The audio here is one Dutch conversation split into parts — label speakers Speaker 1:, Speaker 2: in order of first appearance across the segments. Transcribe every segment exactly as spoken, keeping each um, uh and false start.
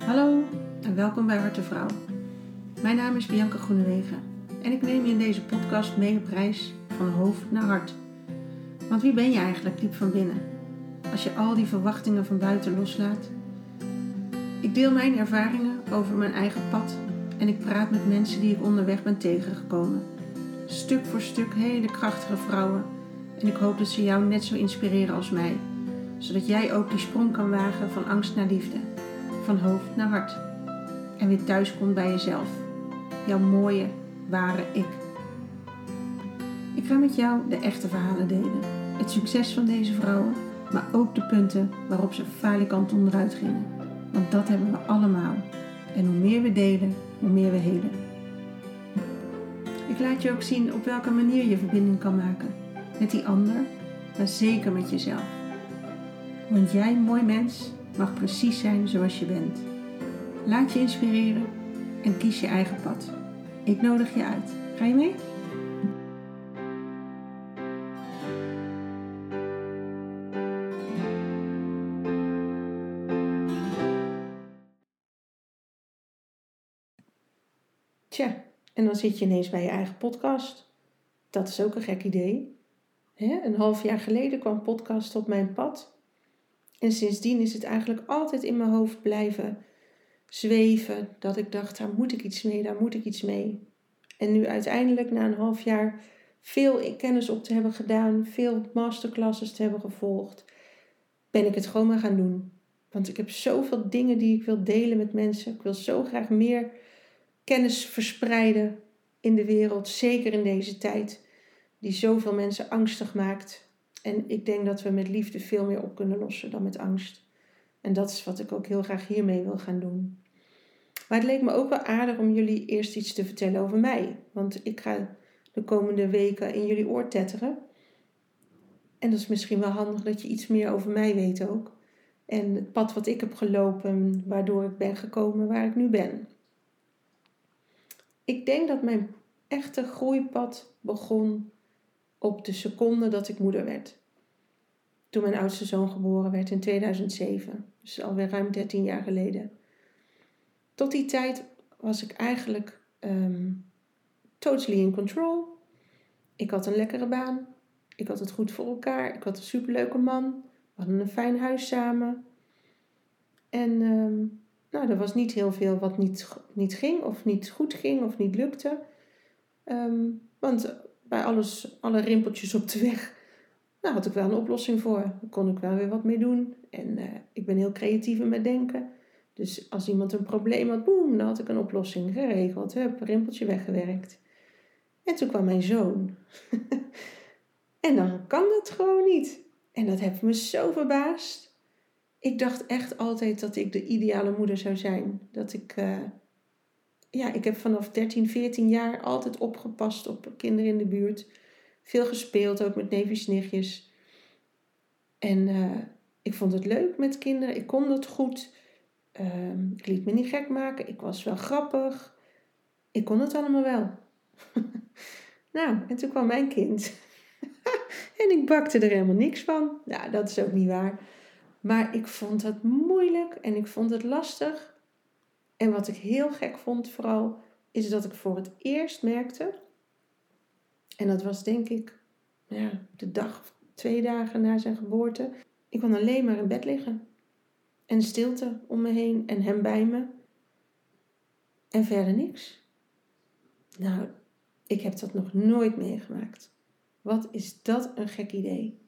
Speaker 1: Hallo en welkom bij Hart en Vrouw. Mijn naam is Bianca Groenewegen en ik neem je in deze podcast mee op reis van hoofd naar hart. Want wie ben je eigenlijk diep van binnen, als je al die verwachtingen van buiten loslaat? Ik deel mijn ervaringen over mijn eigen pad en ik praat met mensen die ik onderweg ben tegengekomen. Stuk voor stuk hele krachtige vrouwen en ik hoop dat ze jou net zo inspireren als mij, zodat jij ook die sprong kan wagen van angst naar liefde. Van hoofd naar hart. En weer thuis komt bij jezelf. Jouw mooie, ware ik. Ik ga met jou de echte verhalen delen. Het succes van deze vrouwen, maar ook de punten waarop ze falikant onderuit gingen. Want dat hebben we allemaal. En hoe meer we delen, hoe meer we helen. Ik laat je ook zien op welke manier je verbinding kan maken. Met die ander, maar zeker met jezelf. Want jij, mooi mens, mag precies zijn zoals je bent. Laat je inspireren en kies je eigen pad. Ik nodig je uit. Ga je mee? Tja, en dan zit je ineens bij je eigen podcast. Dat is ook een gek idee. Hè? Een half jaar geleden kwam podcast op mijn pad. En sindsdien is het eigenlijk altijd in mijn hoofd blijven zweven. Dat ik dacht, daar moet ik iets mee, daar moet ik iets mee. En nu uiteindelijk na een half jaar veel kennis op te hebben gedaan. Veel masterclasses te hebben gevolgd. Ben ik het gewoon maar gaan doen. Want ik heb zoveel dingen die ik wil delen met mensen. Ik wil zo graag meer kennis verspreiden in de wereld. Zeker in deze tijd die zoveel mensen angstig maakt. En ik denk dat we met liefde veel meer op kunnen lossen dan met angst. En dat is wat ik ook heel graag hiermee wil gaan doen. Maar het leek me ook wel aardig om jullie eerst iets te vertellen over mij. Want ik ga de komende weken in jullie oor tetteren. En dat is misschien wel handig dat je iets meer over mij weet ook. En het pad wat ik heb gelopen, waardoor ik ben gekomen waar ik nu ben. Ik denk dat mijn echte groeipad begon op de seconde dat ik moeder werd. Toen mijn oudste zoon geboren werd in tweeduizend zeven. Dus alweer ruim dertien jaar geleden. Tot die tijd was ik eigenlijk um, totally in control. Ik had een lekkere baan. Ik had het goed voor elkaar. Ik had een superleuke man. We hadden een fijn huis samen. En um, nou, er was niet heel veel wat niet, niet ging of niet goed ging of niet lukte. Um, want bij alles, alle rimpeltjes op de weg, nou, had ik wel een oplossing voor. Daar kon ik wel weer wat mee doen. En uh, ik ben heel creatief in mijn denken. Dus als iemand een probleem had, boem, dan had ik een oplossing geregeld. Hup, rimpeltje weggewerkt. En toen kwam mijn zoon. En dan kan dat gewoon niet. En dat heeft me zo verbaasd. Ik dacht echt altijd dat ik de ideale moeder zou zijn. Dat ik, uh, ja, ik heb vanaf dertien, veertien jaar altijd opgepast op kinderen in de buurt. Veel gespeeld, ook met neefjes, nichtjes. En uh, ik vond het leuk met kinderen. Ik kon dat goed. Uh, ik liet me niet gek maken. Ik was wel grappig. Ik kon het allemaal wel. Nou, en toen kwam mijn kind. En ik bakte er helemaal niks van. Nou, dat is ook niet waar. Maar ik vond het moeilijk en ik vond het lastig. En wat ik heel gek vond vooral, is dat ik voor het eerst merkte. En dat was denk ik ja, de dag, twee dagen na zijn geboorte. Ik kon alleen maar in bed liggen. En stilte om me heen en hem bij me. En verder niks. Nou, ik heb dat nog nooit meegemaakt. Wat is dat een gek idee.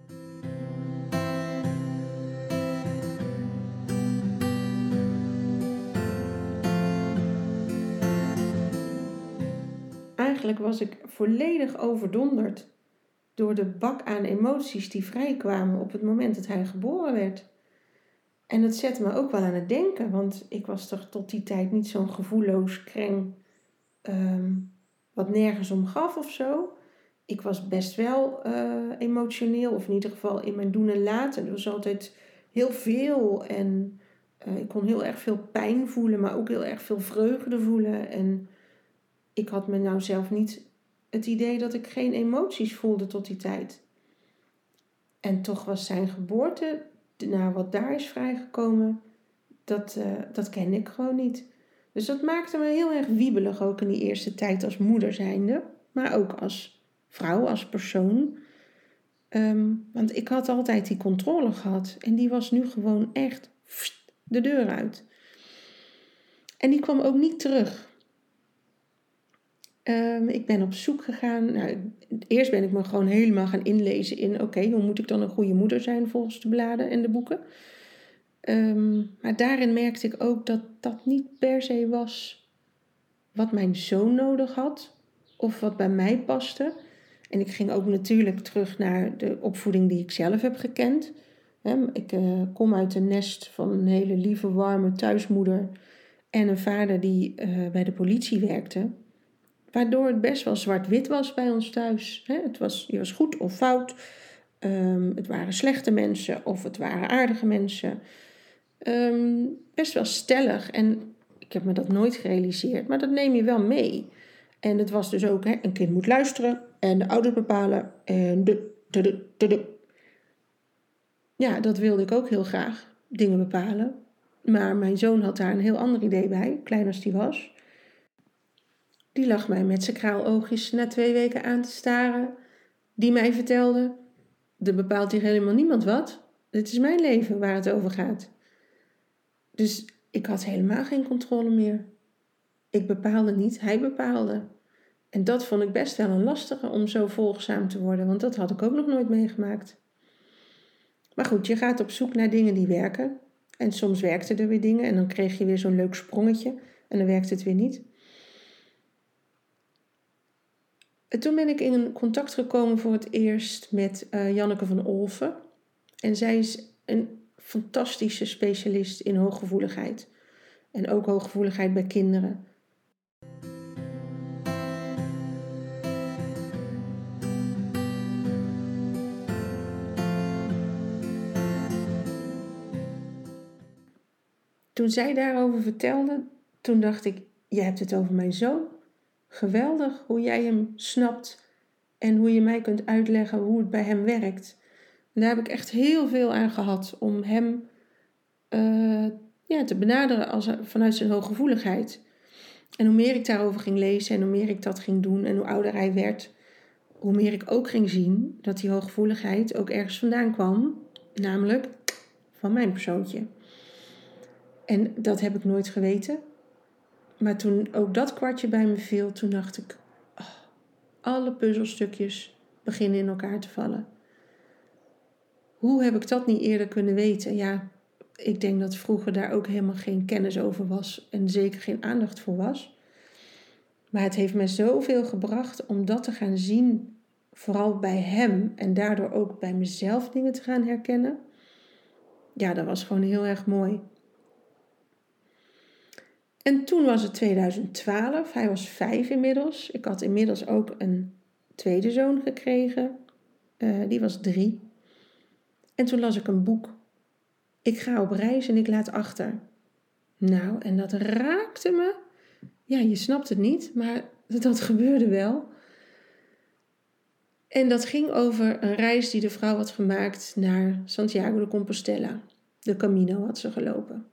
Speaker 1: Eigenlijk was ik volledig overdonderd door de bak aan emoties die vrijkwamen op het moment dat hij geboren werd. En dat zette me ook wel aan het denken, want ik was toch tot die tijd niet zo'n gevoelloos kreng um, wat nergens om gaf of zo. Ik was best wel uh, emotioneel, of in ieder geval in mijn doen en laten. Er was altijd heel veel en uh, ik kon heel erg veel pijn voelen, maar ook heel erg veel vreugde voelen. En ik had me nou zelf niet het idee dat ik geen emoties voelde tot die tijd. En toch was zijn geboorte, nou wat daar is vrijgekomen, Dat, uh, dat kende ik gewoon niet. Dus dat maakte me heel erg wiebelig ook in die eerste tijd als moeder zijnde. Maar ook als vrouw, als persoon. Um, want ik had altijd die controle gehad. En die was nu gewoon echt de deur uit. En die kwam ook niet terug. Um, ik ben op zoek gegaan. Nou, eerst ben ik me gewoon helemaal gaan inlezen in... Oké, okay, hoe moet ik dan een goede moeder zijn volgens de bladen en de boeken? Um, maar daarin merkte ik ook dat dat niet per se was wat mijn zoon nodig had. Of wat bij mij paste. En ik ging ook natuurlijk terug naar de opvoeding die ik zelf heb gekend. Ik uh, kom uit een nest van een hele lieve, warme thuismoeder. En een vader die uh, bij de politie werkte. Waardoor het best wel zwart-wit was bij ons thuis. Het was, je was goed of fout. Um, het waren slechte mensen of het waren aardige mensen. Um, best wel stellig. En ik heb me dat nooit gerealiseerd. Maar dat neem je wel mee. En het was dus ook, hè, een kind moet luisteren. En de ouders bepalen. En de, de, de, de, de. Ja, dat wilde ik ook heel graag. Dingen bepalen. Maar mijn zoon had daar een heel ander idee bij. Klein als die was. Die lag mij met zijn kraaloogjes na twee weken aan te staren. Die mij vertelde. Er bepaalt hier helemaal niemand wat. Dit is mijn leven waar het over gaat. Dus ik had helemaal geen controle meer. Ik bepaalde niet, hij bepaalde. En dat vond ik best wel een lastige om zo volgzaam te worden. Want dat had ik ook nog nooit meegemaakt. Maar goed, je gaat op zoek naar dingen die werken. En soms werkten er weer dingen. En dan kreeg je weer zo'n leuk sprongetje. En dan werkte het weer niet. En toen ben ik in contact gekomen voor het eerst met uh, Janneke van Olven. En zij is een fantastische specialist in hooggevoeligheid. En ook hooggevoeligheid bij kinderen. Toen zij daarover vertelde, toen dacht ik, je hebt het over mijn zoon. Geweldig hoe jij hem snapt en hoe je mij kunt uitleggen hoe het bij hem werkt. En daar heb ik echt heel veel aan gehad om hem uh, ja, te benaderen als, vanuit zijn hooggevoeligheid. En hoe meer ik daarover ging lezen en hoe meer ik dat ging doen en hoe ouder hij werd, hoe meer ik ook ging zien dat die hooggevoeligheid ook ergens vandaan kwam, namelijk van mijn persoontje. En dat heb ik nooit geweten. Maar toen ook dat kwartje bij me viel, toen dacht ik, oh, alle puzzelstukjes beginnen in elkaar te vallen. Hoe heb ik dat niet eerder kunnen weten? Ja, ik denk dat vroeger daar ook helemaal geen kennis over was en zeker geen aandacht voor was. Maar het heeft mij zoveel gebracht om dat te gaan zien, vooral bij hem en daardoor ook bij mezelf dingen te gaan herkennen. Ja, dat was gewoon heel erg mooi. En toen was het tweeduizend twaalf, hij was vijf inmiddels. Ik had inmiddels ook een tweede zoon gekregen, uh, die was drie. En toen las ik een boek. Ik ga op reis en ik laat achter. Nou, en dat raakte me. Ja, je snapt het niet, maar dat gebeurde wel. En dat ging over een reis die de vrouw had gemaakt naar Santiago de Compostela. De Camino had ze gelopen.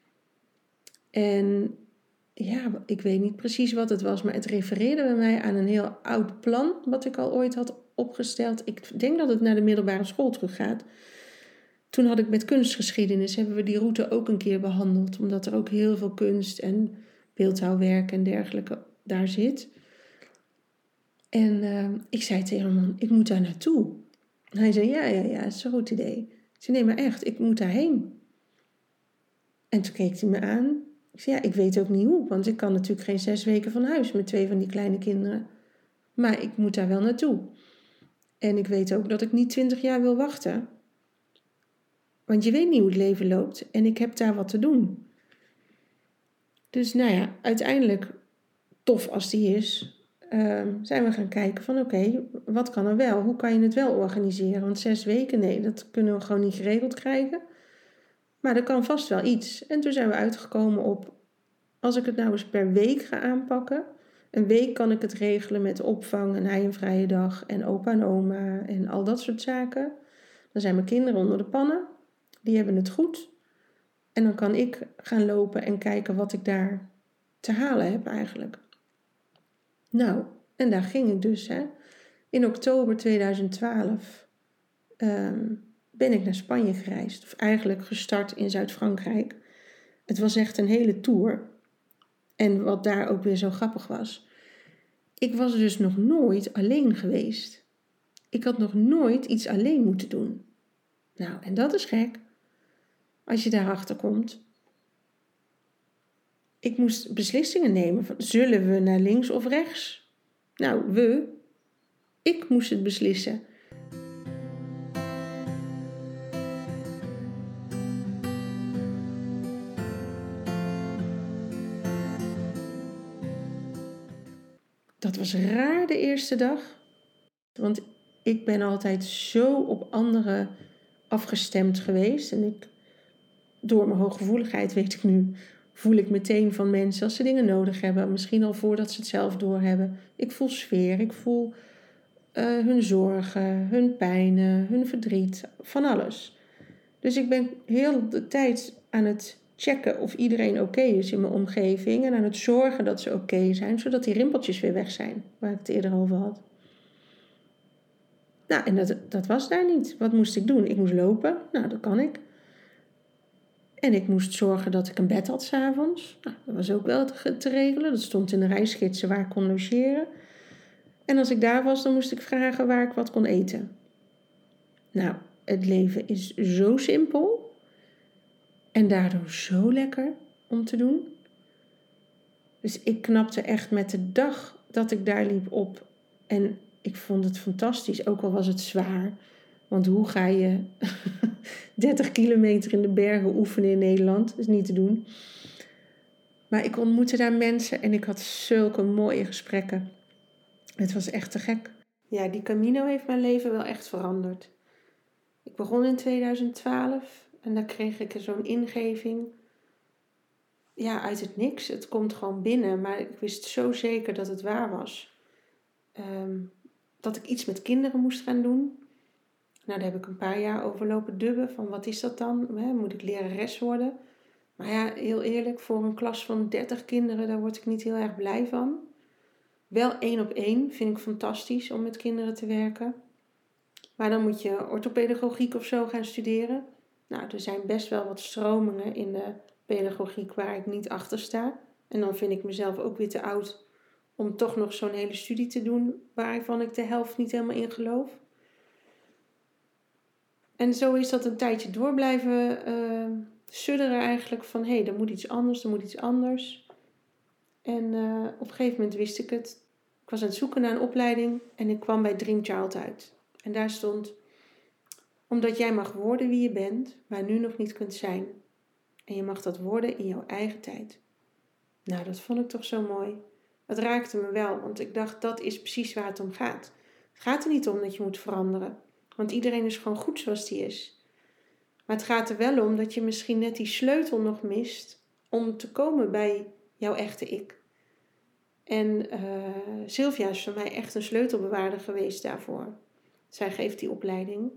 Speaker 1: En ja, ik weet niet precies wat het was, maar het refereerde bij mij aan een heel oud plan wat ik al ooit had opgesteld. Ik denk dat het naar de middelbare school teruggaat. Toen had ik met kunstgeschiedenis, hebben we die route ook een keer behandeld, omdat er ook heel veel kunst en beeldhouwwerk en dergelijke daar zit. En uh, ik zei tegen hem, man, ik moet daar naartoe. En hij zei, ja, ja, ja, dat is een goed idee. Ik zei, nee, maar echt, ik moet daarheen. En toen keek hij me aan. Ik zei, ja, ik weet ook niet hoe, want ik kan natuurlijk geen zes weken van huis met twee van die kleine kinderen. Maar ik moet daar wel naartoe. En ik weet ook dat ik niet twintig jaar wil wachten. Want je weet niet hoe het leven loopt. En ik heb daar wat te doen. Dus nou ja, uiteindelijk, tof als die is, uh, zijn we gaan kijken van oké, okay, wat kan er wel? Hoe kan je het wel organiseren? Want zes weken, nee, dat kunnen we gewoon niet geregeld krijgen. Maar er kan vast wel iets. En toen zijn we uitgekomen op, als ik het nou eens per week ga aanpakken. Een week kan ik het regelen met opvang en hij een vrije dag en opa en oma en al dat soort zaken. Dan zijn mijn kinderen onder de pannen. Die hebben het goed. En dan kan ik gaan lopen en kijken wat ik daar te halen heb eigenlijk. Nou, en daar ging ik dus. Hè. In oktober tweeduizend twaalf um, ben ik naar Spanje gereisd. Of eigenlijk gestart in Zuid-Frankrijk. Het was echt een hele tour. En wat daar ook weer zo grappig was. Ik was dus nog nooit alleen geweest. Ik had nog nooit iets alleen moeten doen. Nou, en dat is gek. Als je daarachter komt. Ik moest beslissingen nemen. Van, zullen we naar links of rechts? Nou, we. Ik moest het beslissen. Dat was raar de eerste dag. Want ik ben altijd zo op anderen afgestemd geweest. En ik, door mijn hooggevoeligheid weet ik nu, voel ik meteen van mensen als ze dingen nodig hebben. Misschien al voordat ze het zelf doorhebben. Ik voel sfeer, ik voel uh, hun zorgen, hun pijnen, hun verdriet, van alles. Dus ik ben heel de tijd aan het checken of iedereen oké is in mijn omgeving. En aan het zorgen dat ze oké zijn, zodat die rimpeltjes weer weg zijn, waar ik het eerder over had. Nou, en dat, dat was daar niet. Wat moest ik doen? Ik moest lopen. Nou, dat kan ik. En ik moest zorgen dat ik een bed had 's avonds. Nou, dat was ook wel te, te regelen. Dat stond in de reisgidsen waar ik kon logeren. En als ik daar was, dan moest ik vragen waar ik wat kon eten. Nou, het leven is zo simpel. En daardoor zo lekker om te doen. Dus ik knapte echt met de dag dat ik daar liep op. En ik vond het fantastisch, ook al was het zwaar. Want hoe ga je dertig kilometer in de bergen oefenen in Nederland? Dat is niet te doen. Maar ik ontmoette daar mensen en ik had zulke mooie gesprekken. Het was echt te gek. Ja, die Camino heeft mijn leven wel echt veranderd. Ik begon in tweeduizend twaalf en dan kreeg ik zo'n ingeving. Ja, uit het niks. Het komt gewoon binnen, maar ik wist zo zeker dat het waar was. Um, dat ik iets met kinderen moest gaan doen. Nou, daar heb ik een paar jaar over lopen dubben. Van wat is dat dan? He, moet ik lerares worden? Maar ja, heel eerlijk, voor een klas van dertig kinderen, daar word ik niet heel erg blij van. Wel één op één vind ik fantastisch om met kinderen te werken. Maar dan moet je orthopedagogiek of zo gaan studeren. Nou, er zijn best wel wat stromingen in de pedagogiek waar ik niet achter sta. En dan vind ik mezelf ook weer te oud om toch nog zo'n hele studie te doen waarvan ik de helft niet helemaal in geloof. En zo is dat een tijdje door blijven uh, sudderen eigenlijk van hé, hey, er moet iets anders, er moet iets anders. En uh, op een gegeven moment wist ik het. Ik was aan het zoeken naar een opleiding en ik kwam bij Dream Child uit. En daar stond, omdat jij mag worden wie je bent, maar nu nog niet kunt zijn. En je mag dat worden in jouw eigen tijd. Nou, dat vond ik toch zo mooi. Het raakte me wel, want ik dacht, dat is precies waar het om gaat. Het gaat er niet om dat je moet veranderen. Want iedereen is gewoon goed zoals die is. Maar het gaat er wel om dat je misschien net die sleutel nog mist om te komen bij jouw echte ik. En uh, Sylvia is voor mij echt een sleutelbewaarder geweest daarvoor. Zij geeft die opleiding.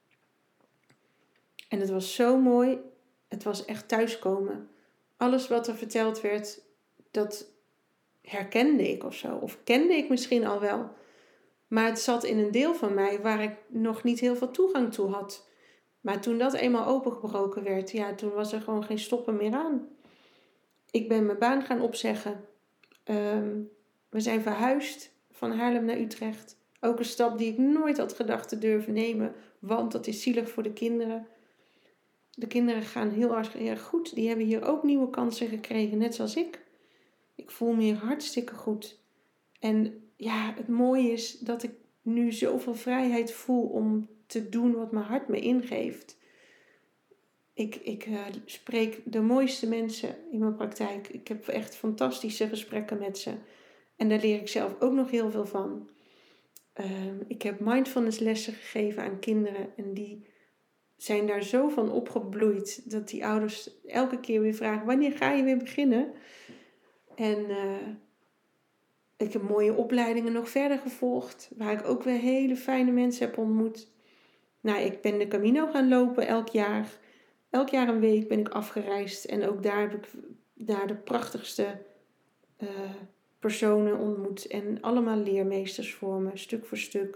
Speaker 1: En het was zo mooi. Het was echt thuiskomen. Alles wat er verteld werd, dat herkende ik of zo. Of kende ik misschien al wel. Maar het zat in een deel van mij waar ik nog niet heel veel toegang toe had. Maar toen dat eenmaal opengebroken werd, ja, toen was er gewoon geen stoppen meer aan. Ik ben mijn baan gaan opzeggen. Um, we zijn verhuisd van Haarlem naar Utrecht. Ook een stap die ik nooit had gedacht te durven nemen, want dat is zielig voor de kinderen. De kinderen gaan heel erg goed. Die hebben hier ook nieuwe kansen gekregen, net zoals ik. Ik voel me hier hartstikke goed. En ja, het mooie is dat ik nu zoveel vrijheid voel om te doen wat mijn hart me ingeeft. Ik, ik uh, spreek de mooiste mensen in mijn praktijk. Ik heb echt fantastische gesprekken met ze. En daar leer ik zelf ook nog heel veel van. Uh, ik heb mindfulness lessen gegeven aan kinderen. En die zijn daar zo van opgebloeid dat die ouders elke keer weer vragen, wanneer ga je weer beginnen? En uh, ik heb mooie opleidingen nog verder gevolgd, waar ik ook weer hele fijne mensen heb ontmoet. Nou, ik ben de Camino gaan lopen elk jaar. elk jaar een week ben ik afgereisd. En ook daar heb ik daar de prachtigste uh, personen ontmoet. En allemaal leermeesters voor me, stuk voor stuk.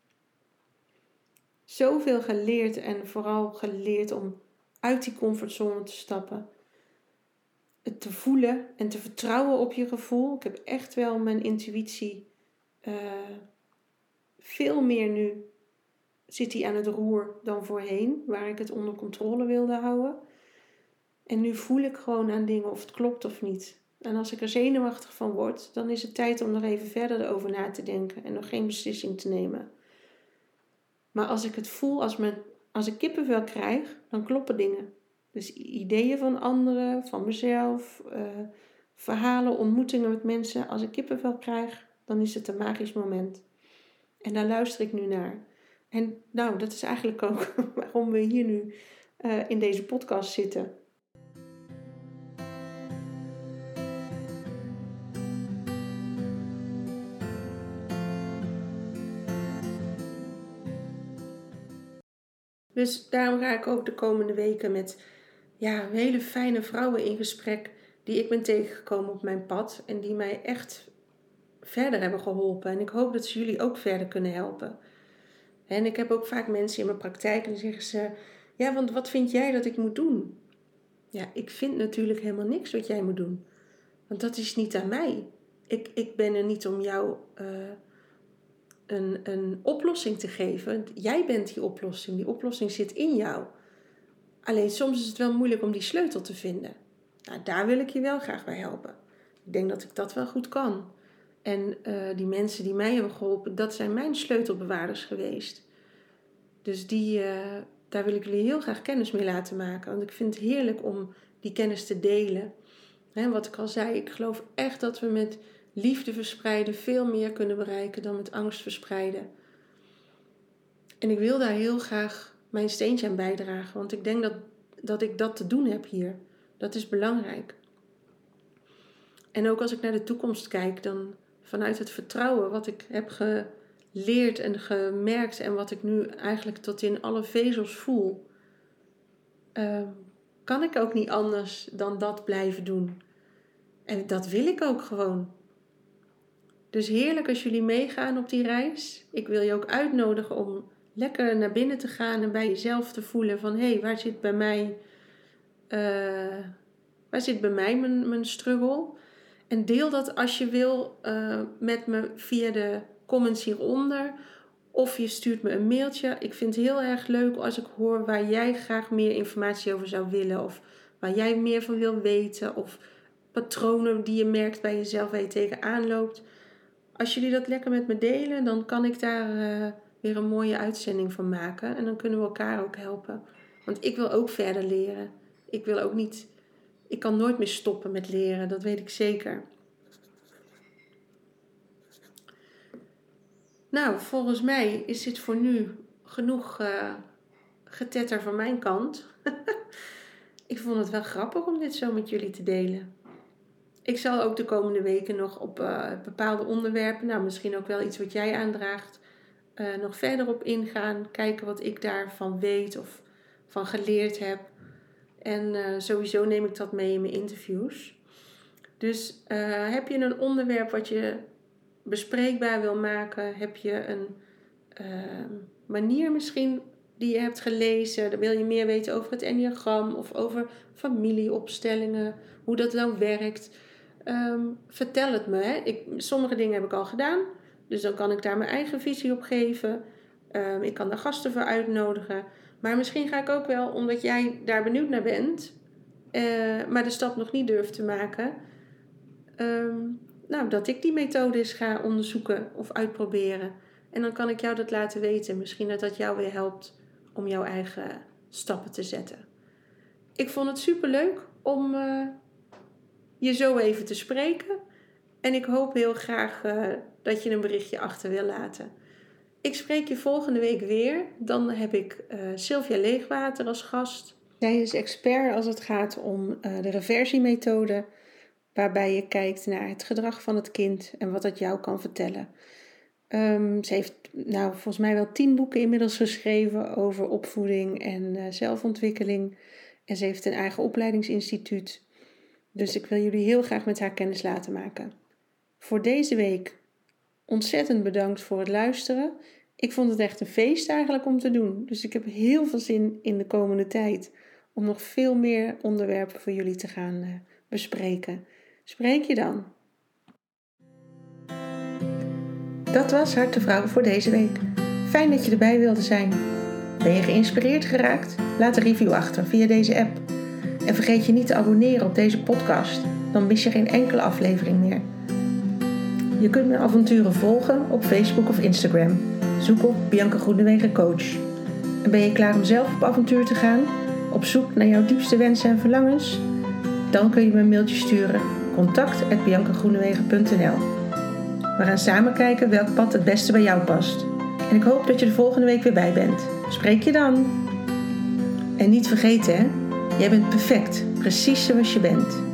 Speaker 1: Zoveel geleerd en vooral geleerd om uit die comfortzone te stappen. Het te voelen en te vertrouwen op je gevoel. Ik heb echt wel mijn intuïtie uh, veel meer nu zit die aan het roer dan voorheen, waar ik het onder controle wilde houden. En nu voel ik gewoon aan dingen of het klopt of niet. En als ik er zenuwachtig van word, dan is het tijd om nog even verder over na te denken en nog geen beslissing te nemen. Maar als ik het voel, als, mijn, als ik kippenvel krijg, dan kloppen dingen. Dus ideeën van anderen, van mezelf, uh, verhalen, ontmoetingen met mensen. Als ik kippenvel krijg, dan is het een magisch moment. En daar luister ik nu naar. En nou, dat is eigenlijk ook waarom we hier nu uh, in deze podcast zitten. Dus daarom ga ik ook de komende weken met ja, hele fijne vrouwen in gesprek die ik ben tegengekomen op mijn pad en die mij echt verder hebben geholpen. En ik hoop dat ze jullie ook verder kunnen helpen. En ik heb ook vaak mensen in mijn praktijk en dan zeggen ze, ja, want wat vind jij dat ik moet doen? Ja, ik vind natuurlijk helemaal niks wat jij moet doen. Want dat is niet aan mij. Ik, ik ben er niet om jou uh, een, een oplossing te geven. Jij bent die oplossing. Die oplossing zit in jou. Alleen soms is het wel moeilijk om die sleutel te vinden. Nou, daar wil ik je wel graag bij helpen. Ik denk dat ik dat wel goed kan. En uh, die mensen die mij hebben geholpen, dat zijn mijn sleutelbewaarders geweest. Dus die, uh, daar wil ik jullie heel graag kennis mee laten maken. Want ik vind het heerlijk om die kennis te delen. He, wat ik al zei, ik geloof echt dat we met liefde verspreiden veel meer kunnen bereiken dan met angst verspreiden. En ik wil daar heel graag mijn steentje aan bijdragen. Want ik denk dat, dat ik dat te doen heb hier. Dat is belangrijk. En ook als ik naar de toekomst kijk, dan vanuit het vertrouwen wat ik heb geleerd en gemerkt en wat ik nu eigenlijk tot in alle vezels voel, uh, kan ik ook niet anders dan dat blijven doen. En dat wil ik ook gewoon. Dus heerlijk als jullie meegaan op die reis. Ik wil je ook uitnodigen om lekker naar binnen te gaan en bij jezelf te voelen van, hé, hey, waar zit bij mij, uh, waar zit bij mij mijn, mijn struggle? En deel dat als je wil uh, met me via de comments hieronder. Of je stuurt me een mailtje. Ik vind het heel erg leuk als ik hoor waar jij graag meer informatie over zou willen. Of waar jij meer van wil weten. Of patronen die je merkt bij jezelf waar je tegenaan loopt. Als jullie dat lekker met me delen, dan kan ik daar uh, weer een mooie uitzending van maken. En dan kunnen we elkaar ook helpen. Want ik wil ook verder leren. Ik wil ook niet... Ik kan nooit meer stoppen met leren, dat weet ik zeker. Nou, volgens mij is dit voor nu genoeg uh, getetter van mijn kant. Ik vond het wel grappig om dit zo met jullie te delen. Ik zal ook de komende weken nog op uh, bepaalde onderwerpen, nou misschien ook wel iets wat jij aandraagt, uh, nog verder op ingaan. Kijken wat ik daarvan weet of van geleerd heb. En uh, sowieso neem ik dat mee in mijn interviews. Dus uh, heb je een onderwerp wat je bespreekbaar wil maken? Heb je een uh, manier misschien die je hebt gelezen? Dan wil je meer weten over het enneagram of over familieopstellingen. Hoe dat nou werkt. Um, vertel het me. Hè? Ik, sommige dingen heb ik al gedaan. Dus dan kan ik daar mijn eigen visie op geven. Um, ik kan daar gasten voor uitnodigen. Maar misschien ga ik ook wel, omdat jij daar benieuwd naar bent, uh, maar de stap nog niet durft te maken, um, nou, dat ik die methode eens ga onderzoeken of uitproberen. En dan kan ik jou dat laten weten. Misschien dat dat jou weer helpt om jouw eigen stappen te zetten. Ik vond het superleuk om uh, je zo even te spreken. En ik hoop heel graag uh, dat je een berichtje achter wil laten. Ik spreek je volgende week weer. Dan heb ik uh, Sylvia Leegwater als gast. Zij is expert als het gaat om uh, de reversiemethode, waarbij je kijkt naar het gedrag van het kind en wat het jou kan vertellen. Um, ze heeft nou, volgens mij wel tien boeken inmiddels geschreven over opvoeding en uh, zelfontwikkeling. En ze heeft een eigen opleidingsinstituut. Dus ik wil jullie heel graag met haar kennis laten maken. Voor deze week ontzettend bedankt voor het luisteren. Ik vond het echt een feest eigenlijk om te doen. Dus ik heb heel veel zin in de komende tijd om nog veel meer onderwerpen voor jullie te gaan uh, bespreken. Spreek je dan. Dat was Hart de Vrouw voor deze week. Fijn dat je erbij wilde zijn. Ben je geïnspireerd geraakt? Laat een review achter via deze app. En vergeet je niet te abonneren op deze podcast. Dan mis je geen enkele aflevering meer. Je kunt mijn avonturen volgen op Facebook of Instagram. Zoek op Bianca Groenewegen Coach. En ben je klaar om zelf op avontuur te gaan? Op zoek naar jouw diepste wensen en verlangens? Dan kun je me een mailtje sturen. contact at bianca groenewegen punt n l. We gaan samen kijken welk pad het beste bij jou past. En ik hoop dat je er volgende week weer bij bent. Spreek je dan. En niet vergeten, hè? Jij bent perfect, precies zoals je bent.